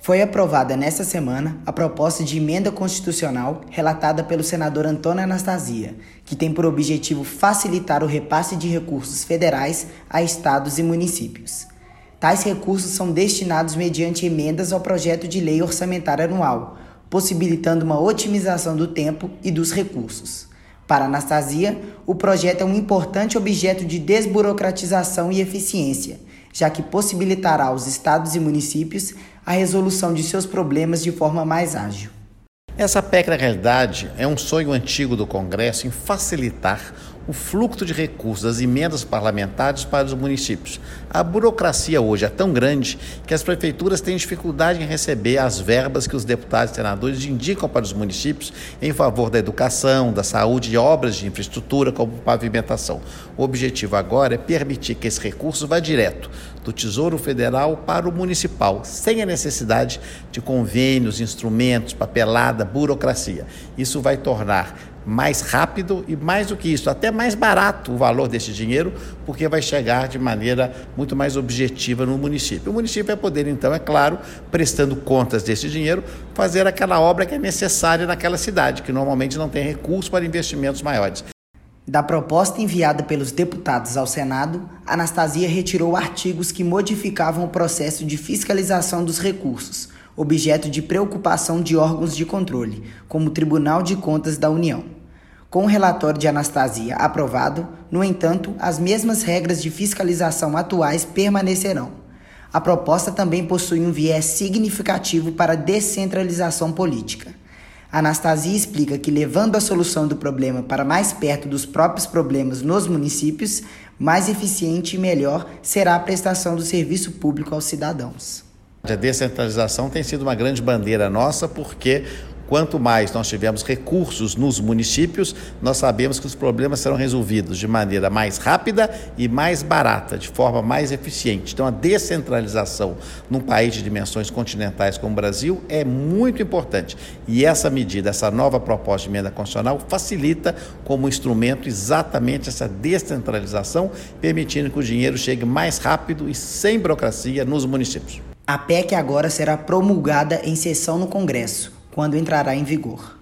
Foi aprovada nesta semana a proposta de emenda constitucional relatada pelo senador Antônio Anastasia, que tem por objetivo facilitar o repasse de recursos federais a estados e municípios. Tais recursos são destinados mediante emendas ao projeto de lei orçamentária anual, possibilitando uma otimização do tempo e dos recursos. Para Anastasia, o projeto é um importante objeto de desburocratização e eficiência, já que possibilitará aos estados e municípios a resolução de seus problemas de forma mais ágil. Essa PEC, na realidade, é um sonho antigo do Congresso em facilitar o fluxo de recursos das emendas parlamentares para os municípios. A burocracia hoje é tão grande que as prefeituras têm dificuldade em receber as verbas que os deputados e senadores indicam para os municípios em favor da educação, da saúde e obras de infraestrutura como pavimentação. O objetivo agora é permitir que esse recurso vá direto do Tesouro Federal para o municipal, sem a necessidade de convênios, instrumentos, papelada, burocracia. Isso vai tornar mais rápido e, mais do que isso, até mais barato o valor desse dinheiro, porque vai chegar de maneira muito mais objetiva no município. O município vai poder, então, é claro, prestando contas desse dinheiro, fazer aquela obra que é necessária naquela cidade, que normalmente não tem recurso para investimentos maiores. Da proposta enviada pelos deputados ao Senado, Anastasia retirou artigos que modificavam o processo de fiscalização dos recursos, objeto de preocupação de órgãos de controle, como o Tribunal de Contas da União. Com o relatório de Anastasia aprovado, no entanto, as mesmas regras de fiscalização atuais permanecerão. A proposta também possui um viés significativo para a descentralização política. Anastasia explica que, levando a solução do problema para mais perto dos próprios problemas nos municípios, mais eficiente e melhor será a prestação do serviço público aos cidadãos. A descentralização tem sido uma grande bandeira nossa, porque quanto mais nós tivermos recursos nos municípios, nós sabemos que os problemas serão resolvidos de maneira mais rápida e mais barata, de forma mais eficiente. Então, a descentralização num país de dimensões continentais como o Brasil é muito importante. E essa medida, essa nova proposta de emenda constitucional, facilita como instrumento exatamente essa descentralização, permitindo que o dinheiro chegue mais rápido e sem burocracia nos municípios. A PEC agora será promulgada em sessão no Congresso, quando entrará em vigor.